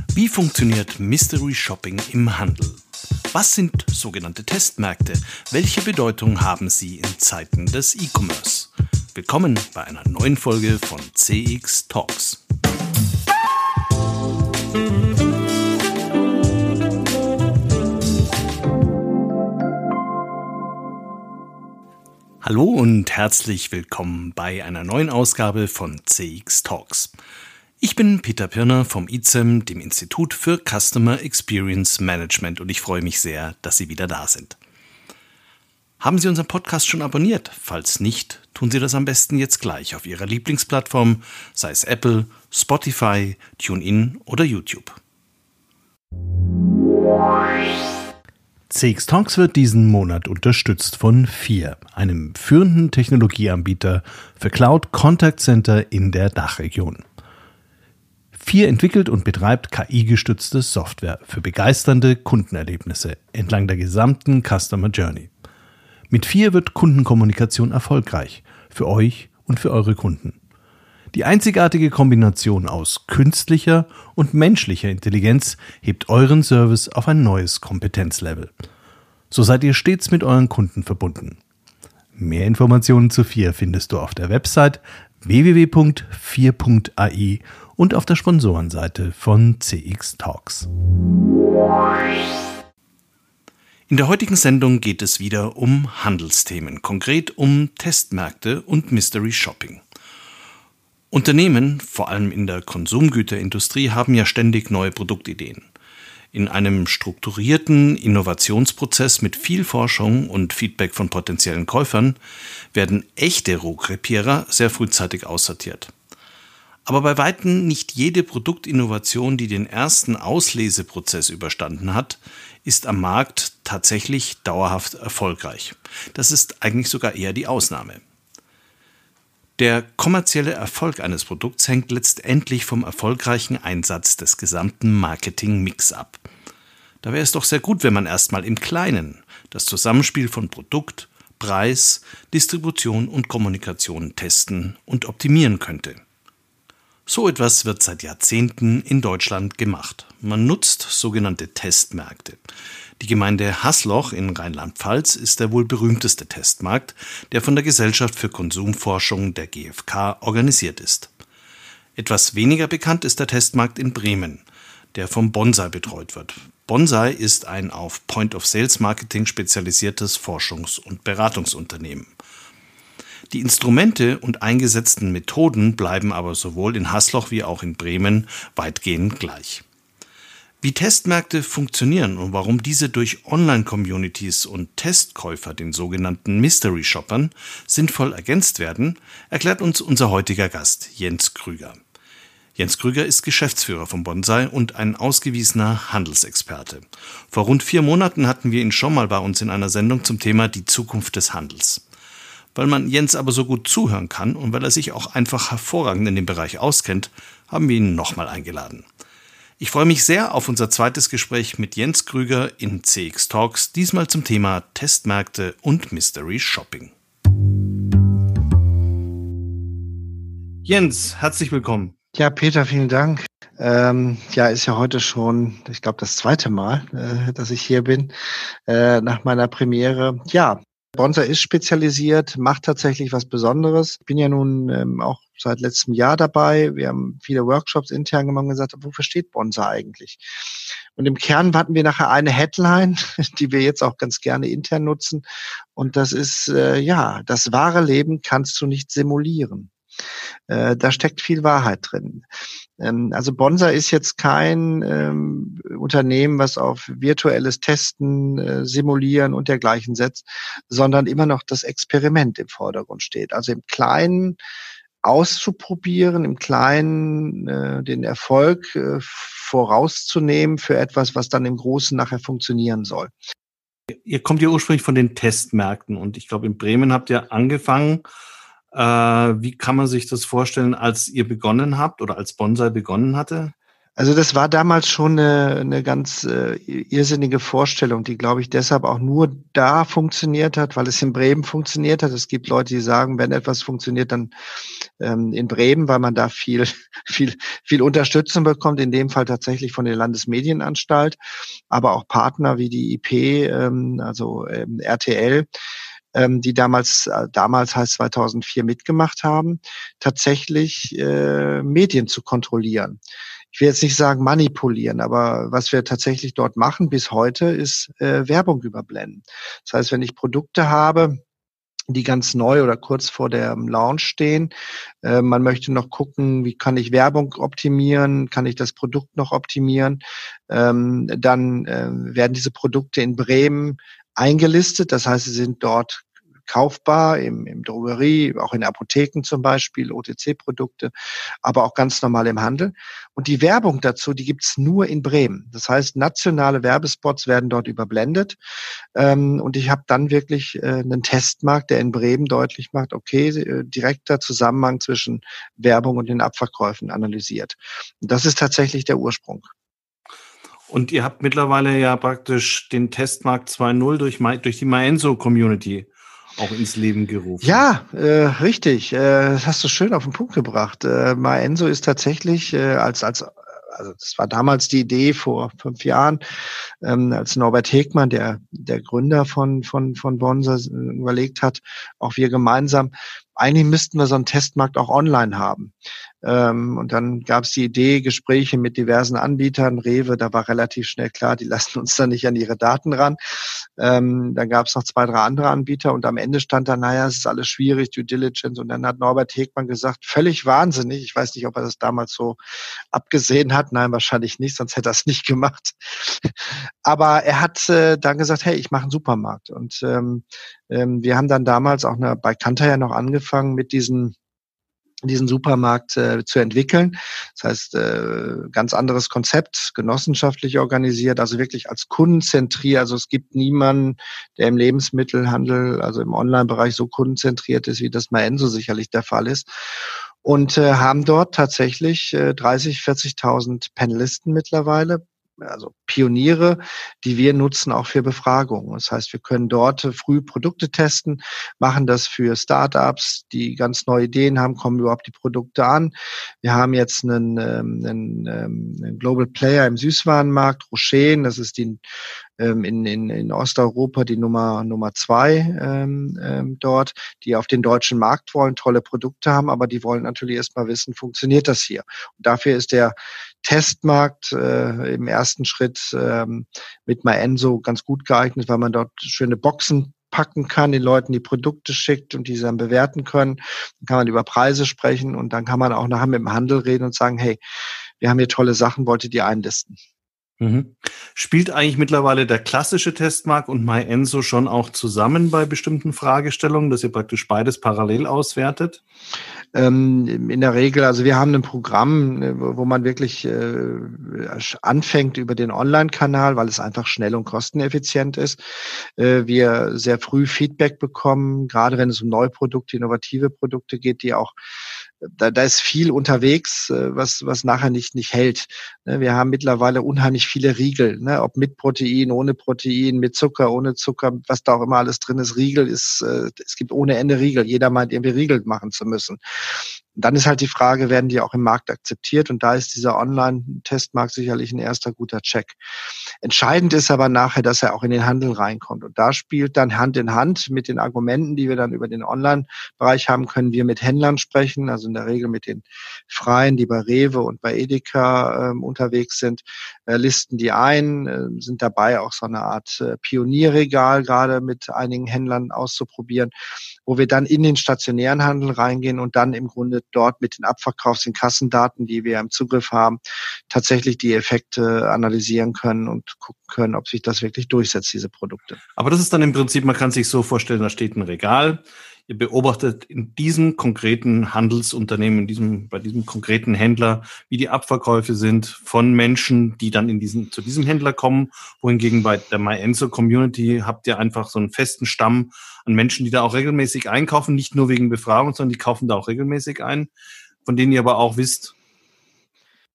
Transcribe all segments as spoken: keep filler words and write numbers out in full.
Wie funktioniert Mystery Shopping im Handel? Was sind sogenannte Testmärkte? Welche Bedeutung haben sie in Zeiten des E-Commerce? Willkommen bei einer neuen Folge von C X Talks. Hallo und herzlich willkommen bei einer neuen Ausgabe von C X Talks. Ich bin Peter Pirner vom I C E M, dem Institut für Customer Experience Management, und ich freue mich sehr, dass Sie wieder da sind. Haben Sie unseren Podcast schon abonniert? Falls nicht, tun Sie das am besten jetzt gleich auf Ihrer Lieblingsplattform, sei es Apple, Spotify, TuneIn oder YouTube. C X Talks wird diesen Monat unterstützt von vier, einem führenden Technologieanbieter für Cloud Contact Center in der Dachregion. vier entwickelt und betreibt K I-gestützte Software für begeisternde Kundenerlebnisse entlang der gesamten Customer Journey. Mit vier wird Kundenkommunikation erfolgreich, für euch und für eure Kunden. Die einzigartige Kombination aus künstlicher und menschlicher Intelligenz hebt euren Service auf ein neues Kompetenzlevel. So seid ihr stets mit euren Kunden verbunden. Mehr Informationen zu vier findest du auf der Website w w w punkt vier punkt a i und auf der Sponsorenseite von C X Talks. In der heutigen Sendung geht es wieder um Handelsthemen, konkret um Testmärkte und Mystery Shopping. Unternehmen, vor allem in der Konsumgüterindustrie, haben ja ständig neue Produktideen. In einem strukturierten Innovationsprozess mit viel Forschung und Feedback von potenziellen Käufern werden echte Rohkrepierer sehr frühzeitig aussortiert. Aber bei weitem nicht jede Produktinnovation, die den ersten Ausleseprozess überstanden hat, ist am Markt tatsächlich dauerhaft erfolgreich. Das ist eigentlich sogar eher die Ausnahme. Der kommerzielle Erfolg eines Produkts hängt letztendlich vom erfolgreichen Einsatz des gesamten Marketing-Mix ab. Da wäre es doch sehr gut, wenn man erstmal im Kleinen das Zusammenspiel von Produkt, Preis, Distribution und Kommunikation testen und optimieren könnte. So etwas wird seit Jahrzehnten in Deutschland gemacht. Man nutzt sogenannte Testmärkte. Die Gemeinde Haßloch in Rheinland-Pfalz ist der wohl berühmteste Testmarkt, der von der Gesellschaft für Konsumforschung, der G F K, organisiert ist. Etwas weniger bekannt ist der Testmarkt in Bremen, der vom Bonsai betreut wird. Bonsai ist ein auf Point-of-Sales-Marketing spezialisiertes Forschungs- und Beratungsunternehmen. Die Instrumente und eingesetzten Methoden bleiben aber sowohl in Haßloch wie auch in Bremen weitgehend gleich. Wie Testmärkte funktionieren und warum diese durch Online-Communities und Testkäufer, den sogenannten Mystery-Shoppern, sinnvoll ergänzt werden, erklärt uns unser heutiger Gast, Jens Krüger. Jens Krüger ist Geschäftsführer von Bonsai und ein ausgewiesener Handelsexperte. Vor rund vier Monaten hatten wir ihn schon mal bei uns in einer Sendung zum Thema die Zukunft des Handels. Weil man Jens aber so gut zuhören kann und weil er sich auch einfach hervorragend in dem Bereich auskennt, haben wir ihn nochmal eingeladen. Ich freue mich sehr auf unser zweites Gespräch mit Jens Krüger in C X Talks, diesmal zum Thema Testmärkte und Mystery Shopping. Jens, herzlich willkommen. Ja, Peter, vielen Dank. Ähm, ja, ist ja heute schon, ich glaube, das zweite Mal, äh, dass ich hier bin, äh, nach meiner Premiere. Ja, Bonsai ist spezialisiert, macht tatsächlich was Besonderes. Ich bin ja nun ähm, auch seit letztem Jahr dabei. Wir haben viele Workshops intern gemacht und gesagt, wofür steht Bonsai eigentlich? Und im Kern hatten wir nachher eine Headline, die wir jetzt auch ganz gerne intern nutzen. Und das ist, äh, ja, das wahre Leben kannst du nicht simulieren. Äh, da steckt viel Wahrheit drin. Ähm, also Bonsai ist jetzt kein ähm, Unternehmen, was auf virtuelles Testen, äh, Simulieren und dergleichen setzt, sondern immer noch das Experiment im Vordergrund steht. Also im Kleinen auszuprobieren, im Kleinen äh, den Erfolg äh, vorauszunehmen für etwas, was dann im Großen nachher funktionieren soll. Ihr kommt ja ursprünglich von den Testmärkten und ich glaube, in Bremen habt ihr angefangen. Äh, wie kann man sich das vorstellen, als ihr begonnen habt oder als Bonsai begonnen hatte? Also das war damals schon eine, eine ganz äh, irrsinnige Vorstellung, die, glaube ich, deshalb auch nur da funktioniert hat, weil es in Bremen funktioniert hat. Es gibt Leute, die sagen, wenn etwas funktioniert, dann ähm, in Bremen, weil man da viel, viel, viel Unterstützung bekommt, in dem Fall tatsächlich von der Landesmedienanstalt, aber auch Partner wie die I P, ähm, also ähm, R T L, ähm, die damals, äh, damals heißt zweitausendvier mitgemacht haben, tatsächlich äh, Medien zu kontrollieren. Ich will jetzt nicht sagen manipulieren, aber was wir tatsächlich dort machen bis heute, ist äh, Werbung überblenden. Das heißt, wenn ich Produkte habe, die ganz neu oder kurz vor dem Launch stehen. Äh, man möchte noch gucken, wie kann ich Werbung optimieren, kann ich das Produkt noch optimieren. Ähm, dann äh, werden diese Produkte in Bremen eingelistet. Das heißt, sie sind dort kaufbar im, im Drogerie, auch in Apotheken zum Beispiel, O T C-Produkte, aber auch ganz normal im Handel. Und die Werbung dazu, die gibt's nur in Bremen. Das heißt, nationale Werbespots werden dort überblendet. Ähm, und ich habe dann wirklich äh, einen Testmarkt, der in Bremen deutlich macht, okay, äh, direkter Zusammenhang zwischen Werbung und den Abverkäufen analysiert. Und das ist tatsächlich der Ursprung. Und ihr habt mittlerweile ja praktisch den Testmarkt zwei Punkt null durch, durch die Maerenso-Community auch ins Leben gerufen. Ja, äh, richtig. Äh, das hast du schön auf den Punkt gebracht. Äh, Maerenso ist tatsächlich äh, als als also das war damals die Idee vor fünf Jahren, ähm, als Norbert Hegmann, der der Gründer von von von Bonsa, überlegt hat, auch wir gemeinsam, eigentlich müssten wir so einen Testmarkt auch online haben. Ähm, und dann gab es die Idee, Gespräche mit diversen Anbietern, Rewe, da war relativ schnell klar, die lassen uns da nicht an ihre Daten ran. Ähm, dann gab es noch zwei, drei andere Anbieter und am Ende stand da, naja, es ist alles schwierig, Due Diligence. Und dann hat Norbert Hegmann gesagt, völlig wahnsinnig. Ich weiß nicht, ob er das damals so abgesehen hat. Nein, wahrscheinlich nicht, sonst hätte er es nicht gemacht. Aber er hat äh, dann gesagt, hey, ich mache einen Supermarkt. Und ähm, ähm, wir haben dann damals auch eine, bei Kantar ja noch angefangen mit diesen diesen Supermarkt äh, zu entwickeln. Das heißt, äh, ganz anderes Konzept, genossenschaftlich organisiert, also wirklich als kundenzentriert. Also es gibt niemanden, der im Lebensmittelhandel, also im Online-Bereich so kundenzentriert ist, wie das Maerenso sicherlich der Fall ist. Und äh, haben dort tatsächlich äh, dreißig, vierzigtausend Panelisten mittlerweile, also Pioniere, die wir nutzen auch für Befragungen. Das heißt, wir können dort früh Produkte testen, machen das für Startups, die ganz neue Ideen haben, kommen überhaupt die Produkte an. Wir haben jetzt einen, ähm, einen, einen Global Player im Süßwarenmarkt, Rocher, das ist die ähm, in, in, in Osteuropa die Nummer Nummer zwei ähm, ähm, dort, die auf den deutschen Markt wollen, tolle Produkte haben, aber die wollen natürlich erstmal wissen, funktioniert das hier? Und dafür ist der Testmarkt äh, im ersten Schritt ähm, mit Maerenso ganz gut geeignet, weil man dort schöne Boxen packen kann, den Leuten die Produkte schickt und diese dann bewerten können. Dann kann man über Preise sprechen und dann kann man auch nachher mit dem Handel reden und sagen, hey, wir haben hier tolle Sachen, wollt ihr die einlisten? Mhm. Spielt eigentlich mittlerweile der klassische Testmarkt und Maerenso schon auch zusammen bei bestimmten Fragestellungen, dass ihr praktisch beides parallel auswertet? Ähm, in der Regel, also wir haben ein Programm, wo man wirklich äh, anfängt über den Online-Kanal, weil es einfach schnell und kosteneffizient ist. Äh, wir sehr früh Feedback bekommen, gerade wenn es um neue Produkte, innovative Produkte geht, die auch Da, da ist viel unterwegs, was, was nachher nicht, nicht hält. Wir haben mittlerweile unheimlich viele Riegel, ne? Ob mit Protein, ohne Protein, mit Zucker, ohne Zucker, was da auch immer alles drin ist. Riegel ist, es gibt ohne Ende Riegel. Jeder meint, irgendwie Riegel machen zu müssen. Und dann ist halt die Frage, werden die auch im Markt akzeptiert? Und da ist dieser Online-Testmarkt sicherlich ein erster guter Check. Entscheidend ist aber nachher, dass er auch in den Handel reinkommt. Und da spielt dann Hand in Hand mit den Argumenten, die wir dann über den Online-Bereich haben, können wir mit Händlern sprechen, also in der Regel mit den Freien, die bei Rewe und bei Edeka äh, unterwegs sind, äh, listen die ein, äh, sind dabei auch so eine Art äh, Pionierregal gerade mit einigen Händlern auszuprobieren, wo wir dann in den stationären Handel reingehen und dann im Grunde dort mit den Abverkaufs-, den Kassendaten, die wir im Zugriff haben, tatsächlich die Effekte analysieren können und gucken können, ob sich das wirklich durchsetzt, diese Produkte. Aber das ist dann im Prinzip, man kann sich so vorstellen, da steht ein Regal. Ihr beobachtet in diesem konkreten Handelsunternehmen, in diesem, bei diesem konkreten Händler, wie die Abverkäufe sind von Menschen, die dann in diesen, zu diesem Händler kommen. Wohingegen bei der Maerenso Community habt ihr einfach so einen festen Stamm an Menschen, die da auch regelmäßig einkaufen, nicht nur wegen Befragung, sondern die kaufen da auch regelmäßig ein, von denen ihr aber auch wisst,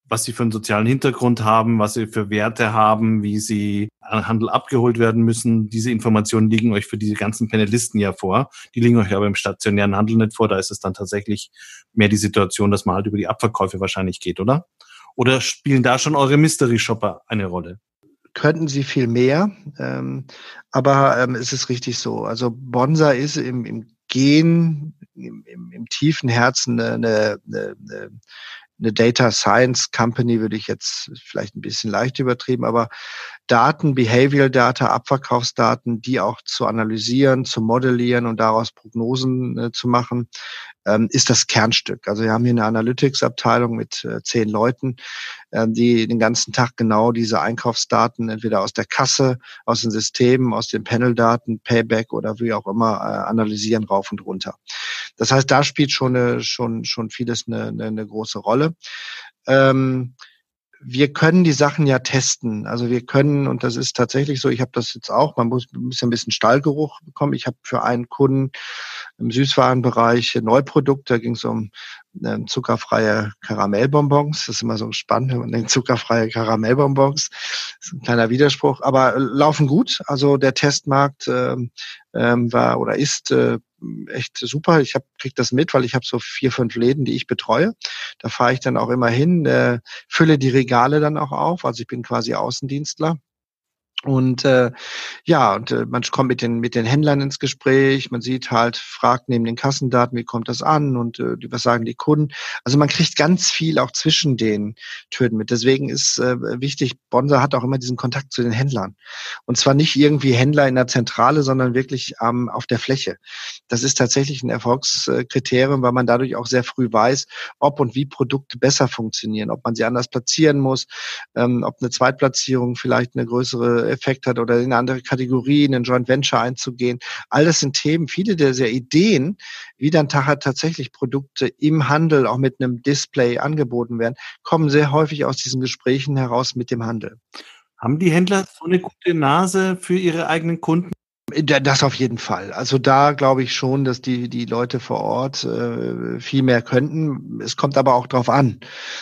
was sie für einen sozialen Hintergrund haben, was sie für Werte haben, wie sie an Handel abgeholt werden müssen. Diese Informationen liegen euch für diese ganzen Panelisten ja vor. Die liegen euch aber im stationären Handel nicht vor. Da ist es dann tatsächlich mehr die Situation, dass man halt über die Abverkäufe wahrscheinlich geht, oder? Oder spielen da schon eure Mystery-Shopper eine Rolle? Könnten sie viel mehr, ähm, aber ähm, es ist richtig so. Also Bonsa ist im, im Gen, im, im, im tiefen Herzen eine, eine, eine eine Data Science Company, würde ich jetzt vielleicht ein bisschen leicht übertrieben, aber Daten, Behavioral Data, Abverkaufsdaten, die auch zu analysieren, zu modellieren und daraus Prognosen äh, zu machen, ähm, ist das Kernstück. Also wir haben hier eine Analytics-Abteilung mit äh, zehn Leuten, äh, die den ganzen Tag genau diese Einkaufsdaten entweder aus der Kasse, aus den Systemen, aus den Panel-Daten, Payback oder wie auch immer äh, analysieren rauf und runter. Das heißt, da spielt schon eine, schon schon vieles eine, eine, eine große Rolle. Ähm, wir können die Sachen ja testen. Also wir können, und das ist tatsächlich so, ich habe das jetzt auch, man muss ein bisschen, ein bisschen Stallgeruch bekommen. Ich habe für einen Kunden im Süßwarenbereich Neuprodukt, da ging es um äh, zuckerfreie Karamellbonbons. Das ist immer so spannend, wenn man denkt, zuckerfreie Karamellbonbons. Das ist ein kleiner Widerspruch, aber laufen gut. Also der Testmarkt äh, äh, war oder ist äh, echt super. Ich hab, krieg das mit, weil ich habe so vier, fünf Läden, die ich betreue. Da fahre ich dann auch immer hin, äh, fülle die Regale dann auch auf. Also ich bin quasi Außendienstler. Und äh, ja, und äh, man kommt mit den mit den Händlern ins Gespräch, man sieht halt, fragt neben den Kassendaten, wie kommt das an und äh, was sagen die Kunden. Also man kriegt ganz viel auch zwischen den Türen mit. Deswegen ist äh, wichtig, Bonsa hat auch immer diesen Kontakt zu den Händlern. Und zwar nicht irgendwie Händler in der Zentrale, sondern wirklich ähm, auf der Fläche. Das ist tatsächlich ein Erfolgskriterium, weil man dadurch auch sehr früh weiß, ob und wie Produkte besser funktionieren, ob man sie anders platzieren muss, ähm, ob eine Zweitplatzierung vielleicht eine größere Effekt hat oder in eine andere Kategorie, in ein Joint Venture einzugehen. All das sind Themen, viele dieser Ideen, wie dann tatsächlich Produkte im Handel auch mit einem Display angeboten werden, kommen sehr häufig aus diesen Gesprächen heraus mit dem Handel. Haben die Händler so eine gute Nase für ihre eigenen Kunden? Das auf jeden Fall. Also da glaube ich schon, dass die die Leute vor Ort äh, viel mehr könnten. Es kommt aber auch drauf an.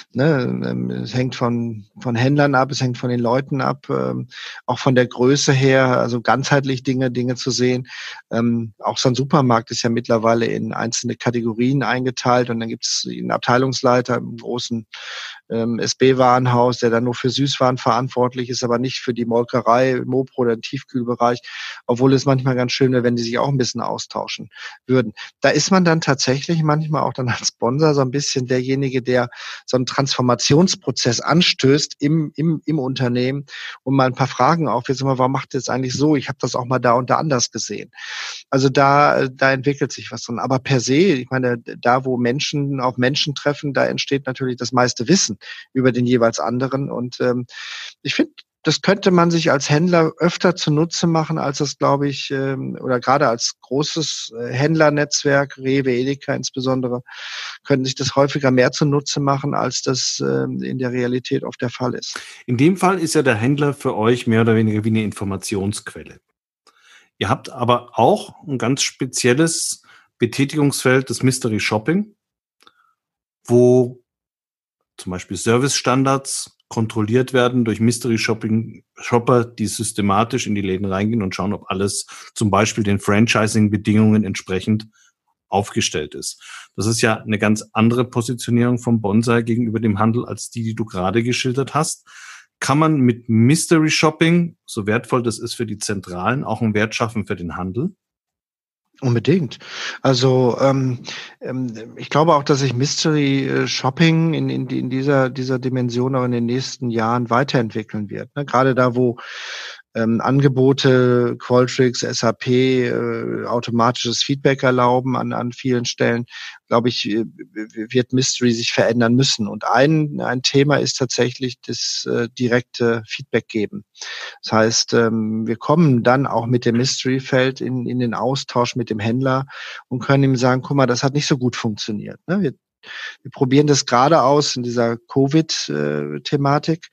Ne? Es hängt von von Händlern ab, es hängt von den Leuten ab, ähm, auch von der Größe her. Also ganzheitlich Dinge Dinge zu sehen. Ähm, auch so ein Supermarkt ist ja mittlerweile in einzelne Kategorien eingeteilt und dann gibt es einen Abteilungsleiter im großen ähm, S B-Warenhaus, der dann nur für Süßwaren verantwortlich ist, aber nicht für die Molkerei, Mopro oder den Tiefkühlbereich, obwohl es manchmal ganz schön wäre, wenn die sich auch ein bisschen austauschen würden. Da ist man dann tatsächlich manchmal auch dann als Sponsor so ein bisschen derjenige, der so einen Transformationsprozess anstößt im, im, im Unternehmen und mal ein paar Fragen aufwirft, warum macht ihr das eigentlich so? Ich habe das auch mal da und da anders gesehen. Also da, da entwickelt sich was drin. Aber per se, ich meine, da wo Menschen auf Menschen treffen, da entsteht natürlich das meiste Wissen über den jeweils anderen. Und ähm, ich finde, das könnte man sich als Händler öfter zunutze machen, als das, glaube ich, ähm, oder gerade als großes äh, Händlernetzwerk, Rewe, Edeka insbesondere, könnten sich das häufiger mehr zunutze machen, als das ähm, in der Realität oft der Fall ist. In dem Fall ist ja der Händler für euch mehr oder weniger wie eine Informationsquelle. Ihr habt aber auch ein ganz spezielles Betätigungsfeld des Mystery Shopping, wo zum Beispiel Servicestandards kontrolliert werden durch Mystery Shopping Shopper, die systematisch in die Läden reingehen und schauen, ob alles zum Beispiel den Franchising-Bedingungen entsprechend aufgestellt ist. Das ist ja eine ganz andere Positionierung vom Bonsa gegenüber dem Handel als die, die du gerade geschildert hast. Kann man mit Mystery Shopping, so wertvoll das ist für die Zentralen, auch einen Wert schaffen für den Handel? Unbedingt. Also ähm, ich glaube auch, dass sich Mystery Shopping in, in, in dieser, dieser Dimension auch in den nächsten Jahren weiterentwickeln wird. Ne? Gerade da, wo ähm, Angebote, Qualtrics, S A P, äh, automatisches Feedback erlauben an, an vielen Stellen, glaube ich, wird Mystery sich verändern müssen. Und ein, ein Thema ist tatsächlich das äh, direkte Feedback geben. Das heißt, ähm, wir kommen dann auch mit dem Mystery-Feld in, in den Austausch mit dem Händler und können ihm sagen, guck mal, das hat nicht so gut funktioniert. Ne? Wir, wir probieren das gerade aus in dieser Covid-Thematik.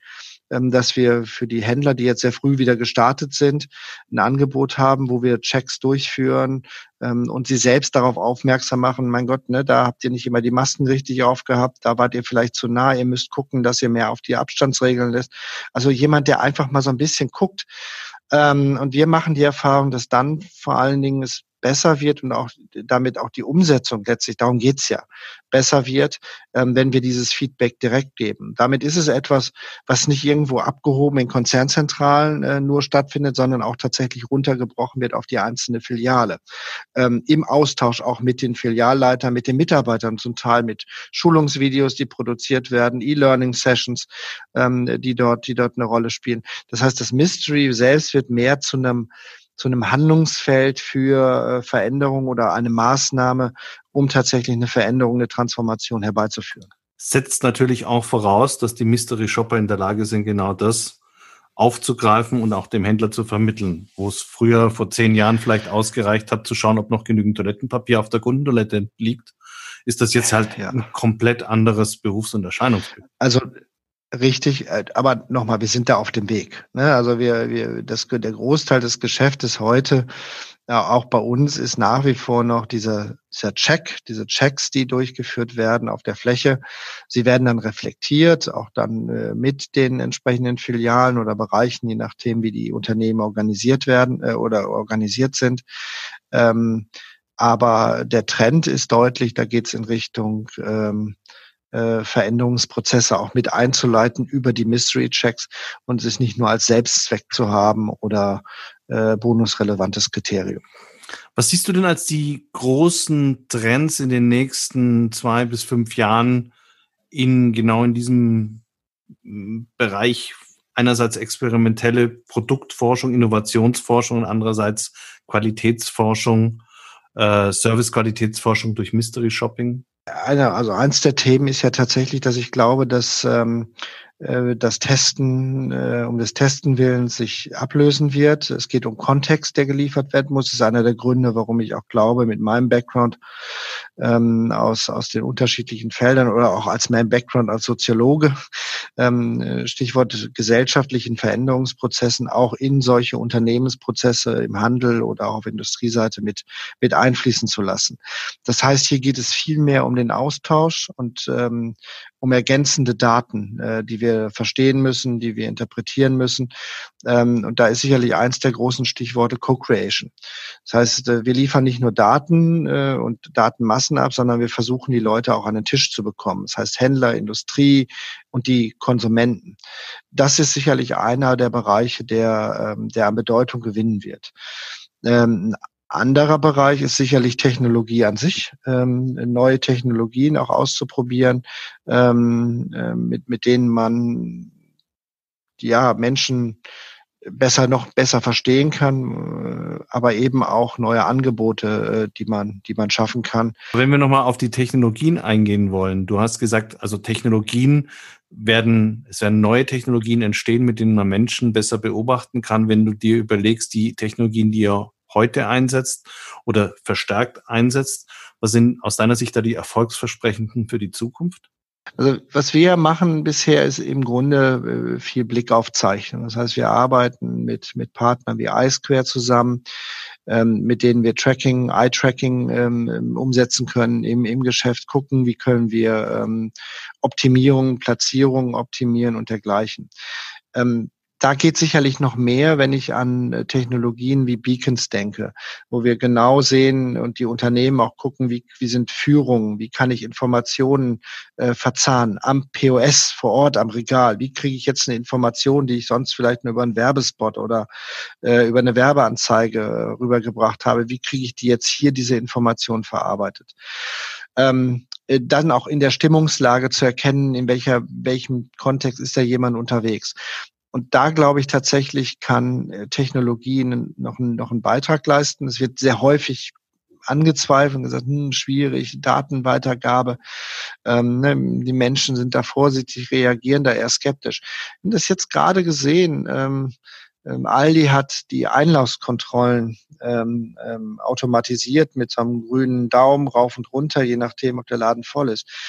ähm, dass wir für die Händler, die jetzt sehr früh wieder gestartet sind, ein Angebot haben, wo wir Checks durchführen ähm, und sie selbst darauf aufmerksam machen, mein Gott, ne, da habt ihr nicht immer die Masken richtig aufgehabt, da wart ihr vielleicht zu nah, ihr müsst gucken, dass ihr mehr auf die Abstandsregeln lässt. Also jemand, der einfach mal so ein bisschen guckt. Ähm, und wir machen die Erfahrung, dass dann vor allen Dingen es besser wird und auch damit auch die Umsetzung letztlich, darum geht's ja, besser wird, ähm, wenn wir dieses Feedback direkt geben. Damit ist es etwas, was nicht irgendwo abgehoben in Konzernzentralen äh, nur stattfindet, sondern auch tatsächlich runtergebrochen wird auf die einzelne Filiale. Ähm, im Austausch auch mit den Filialleitern, mit den Mitarbeitern, zum Teil mit Schulungsvideos, die produziert werden, E-Learning-Sessions, ähm, die dort, die dort eine Rolle spielen. Das heißt, das Mystery selbst wird mehr zu einem zu einem Handlungsfeld für äh, Veränderung oder eine Maßnahme, um tatsächlich eine Veränderung, eine Transformation herbeizuführen. Setzt natürlich auch voraus, dass die Mystery Shopper in der Lage sind, genau das aufzugreifen und auch dem Händler zu vermitteln, wo es früher vor zehn Jahren vielleicht ausgereicht hat, zu schauen, ob noch genügend Toilettenpapier auf der Kundentoilette liegt, ist das jetzt halt ja ein komplett anderes Berufs- und Erscheinungsbild. Also richtig, aber nochmal, wir sind da auf dem Weg. Ne? Also wir, wir, das, der Großteil des Geschäftes heute, ja, auch bei uns, ist nach wie vor noch dieser, dieser Check, diese Checks, die durchgeführt werden auf der Fläche. Sie werden dann reflektiert, auch dann äh, mit den entsprechenden Filialen oder Bereichen, je nachdem, wie die Unternehmen organisiert werden äh, oder organisiert sind. Ähm, aber der Trend ist deutlich, da geht es in Richtung ähm, Äh, Veränderungsprozesse auch mit einzuleiten über die Mystery-Checks und es nicht nur als Selbstzweck zu haben oder äh, bonusrelevantes Kriterium. Was siehst du denn als die großen Trends in den nächsten zwei bis fünf Jahren in genau in diesem Bereich, einerseits experimentelle Produktforschung, Innovationsforschung und andererseits Qualitätsforschung, äh, Service-Qualitätsforschung durch Mystery Shopping? Eine, also eins der Themen ist ja tatsächlich, dass ich glaube, dass ähm, äh, das Testen äh, um des Testen Willens sich ablösen wird. Es geht um Kontext, der geliefert werden muss. Das ist einer der Gründe, warum ich auch glaube, mit meinem Background ähm, aus aus den unterschiedlichen Feldern oder auch als meinem Background als Soziologe, ähm, Stichwort gesellschaftlichen Veränderungsprozessen, auch in solche Unternehmensprozesse im Handel oder auch auf Industrieseite mit mit einfließen zu lassen. Das heißt, hier geht es viel mehr um den Austausch und ähm, um ergänzende Daten, äh, die wir verstehen müssen, die wir interpretieren müssen. Ähm, und da ist sicherlich eins der großen Stichworte Co-Creation. Das heißt, äh, wir liefern nicht nur Daten äh, und Datenmassen ab, sondern wir versuchen, die Leute auch an den Tisch zu bekommen. Das heißt, Händler, Industrie und die Konsumenten. Das ist sicherlich einer der Bereiche, der, ähm, der an Bedeutung gewinnen wird. Ähm, Anderer Bereich ist sicherlich Technologie an sich, ähm, neue Technologien auch auszuprobieren, ähm, äh, mit, mit denen man ja Menschen besser noch besser verstehen kann, äh, aber eben auch neue Angebote, äh, die man, die man schaffen kann. Wenn wir nochmal auf die Technologien eingehen wollen, du hast gesagt, also Technologien werden, es werden neue Technologien entstehen, mit denen man Menschen besser beobachten kann. Wenn du dir überlegst, die Technologien, die ihr heute einsetzt oder verstärkt einsetzt, was sind aus deiner Sicht da die erfolgsversprechenden für die Zukunft? Also was wir machen bisher ist im Grunde äh, viel Blickaufzeichnung. Das heißt, wir arbeiten mit mit Partnern wie iSquare zusammen, ähm, mit denen wir Tracking, Eye-Tracking ähm, umsetzen können im im Geschäft, gucken, wie können wir ähm, Optimierungen, Platzierungen optimieren und dergleichen. Ähm, Da geht sicherlich noch mehr, wenn ich an Technologien wie Beacons denke, wo wir genau sehen und die Unternehmen auch gucken, wie, wie sind Führungen, wie kann ich Informationen äh, verzahnen am P O S vor Ort, am Regal. Wie kriege ich jetzt eine Information, die ich sonst vielleicht nur über einen Werbespot oder äh, über eine Werbeanzeige äh, rübergebracht habe. Wie kriege ich die jetzt hier, diese Information verarbeitet? Ähm, dann auch in der Stimmungslage zu erkennen, in welcher, welchem Kontext ist da jemand unterwegs. Und da glaube ich tatsächlich, kann Technologie noch, noch einen Beitrag leisten. Es wird sehr häufig angezweifelt und gesagt, hm, schwierig, Datenweitergabe. Ähm, ne, die Menschen sind da vorsichtig, reagieren da eher skeptisch. Wir haben das jetzt gerade gesehen. Ähm, ähm, Aldi hat die Einlaufskontrollen ähm, ähm, automatisiert mit so einem grünen Daumen rauf und runter, je nachdem, ob der Laden voll ist.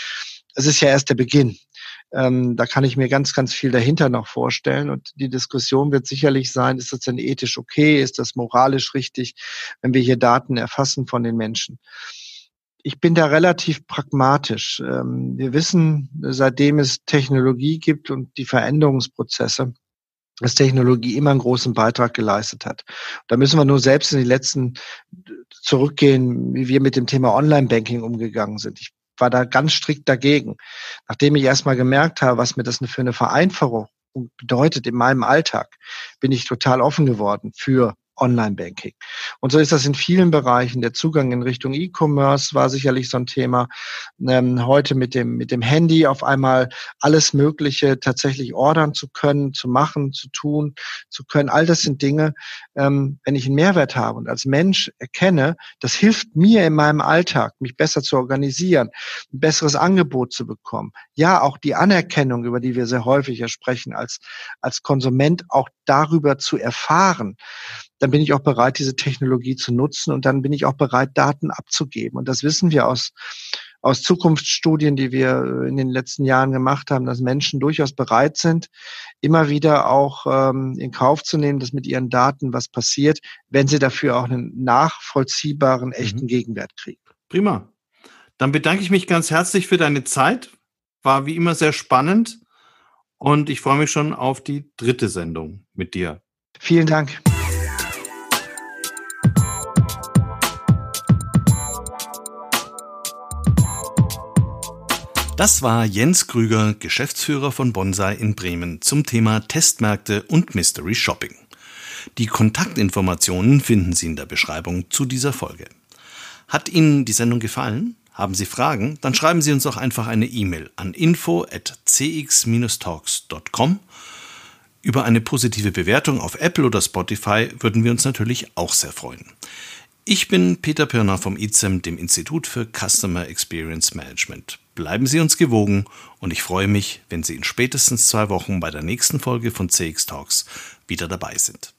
es ist ja erst der Beginn. Ähm, da kann ich mir ganz, ganz viel dahinter noch vorstellen. Und die Diskussion wird sicherlich sein, ist das denn ethisch okay, ist das moralisch richtig, wenn wir hier Daten erfassen von den Menschen? Ich bin da relativ pragmatisch. Ähm, wir wissen, seitdem es Technologie gibt und die Veränderungsprozesse, dass Technologie immer einen großen Beitrag geleistet hat. Da müssen wir nur selbst in die letzten zurückgehen, wie wir mit dem Thema Online-Banking umgegangen sind. Ich war da ganz strikt dagegen. Nachdem ich erstmal gemerkt habe, was mir das für eine Vereinfachung bedeutet in meinem Alltag, bin ich total offen geworden für Online-Banking. Und so ist das in vielen Bereichen. Der Zugang in Richtung E-Commerce war sicherlich so ein Thema. Ähm, heute mit dem, mit dem Handy auf einmal alles Mögliche tatsächlich ordern zu können, zu machen, zu tun, zu können. All das sind Dinge, ähm, wenn ich einen Mehrwert habe und als Mensch erkenne, das hilft mir in meinem Alltag, mich besser zu organisieren, ein besseres Angebot zu bekommen. Ja, auch die Anerkennung, über die wir sehr häufig ja sprechen, als, als Konsument auch darüber zu erfahren, dann bin ich auch bereit, diese Technologie zu nutzen und dann bin ich auch bereit, Daten abzugeben. Und das wissen wir aus, aus Zukunftsstudien, die wir in den letzten Jahren gemacht haben, dass Menschen durchaus bereit sind, immer wieder auch ähm, in Kauf zu nehmen, dass mit ihren Daten was passiert, wenn sie dafür auch einen nachvollziehbaren, echten mhm. Gegenwert kriegen. Prima. Dann bedanke ich mich ganz herzlich für deine Zeit. War wie immer sehr spannend und ich freue mich schon auf die dritte Sendung mit dir. Vielen Dank. Das war Jens Krüger, Geschäftsführer von Bonsai in Bremen, zum Thema Testmärkte und Mystery Shopping. Die Kontaktinformationen finden Sie in der Beschreibung zu dieser Folge. Hat Ihnen die Sendung gefallen? Haben Sie Fragen? Dann schreiben Sie uns auch einfach eine E-Mail an info at c x talks dot com. Über eine positive Bewertung auf Apple oder Spotify würden wir uns natürlich auch sehr freuen. Ich bin Peter Pirner vom I Z E M, dem Institut für Customer Experience Management. Bleiben Sie uns gewogen und ich freue mich, wenn Sie in spätestens zwei Wochen bei der nächsten Folge von C X Talks wieder dabei sind.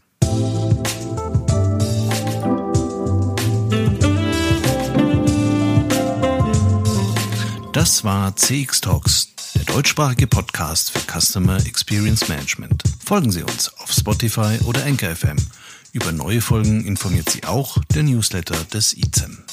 Das war C X Talks, der deutschsprachige Podcast für Customer Experience Management. Folgen Sie uns auf Spotify oder Anchor F M. Über neue Folgen informiert Sie auch der Newsletter des I Z E M.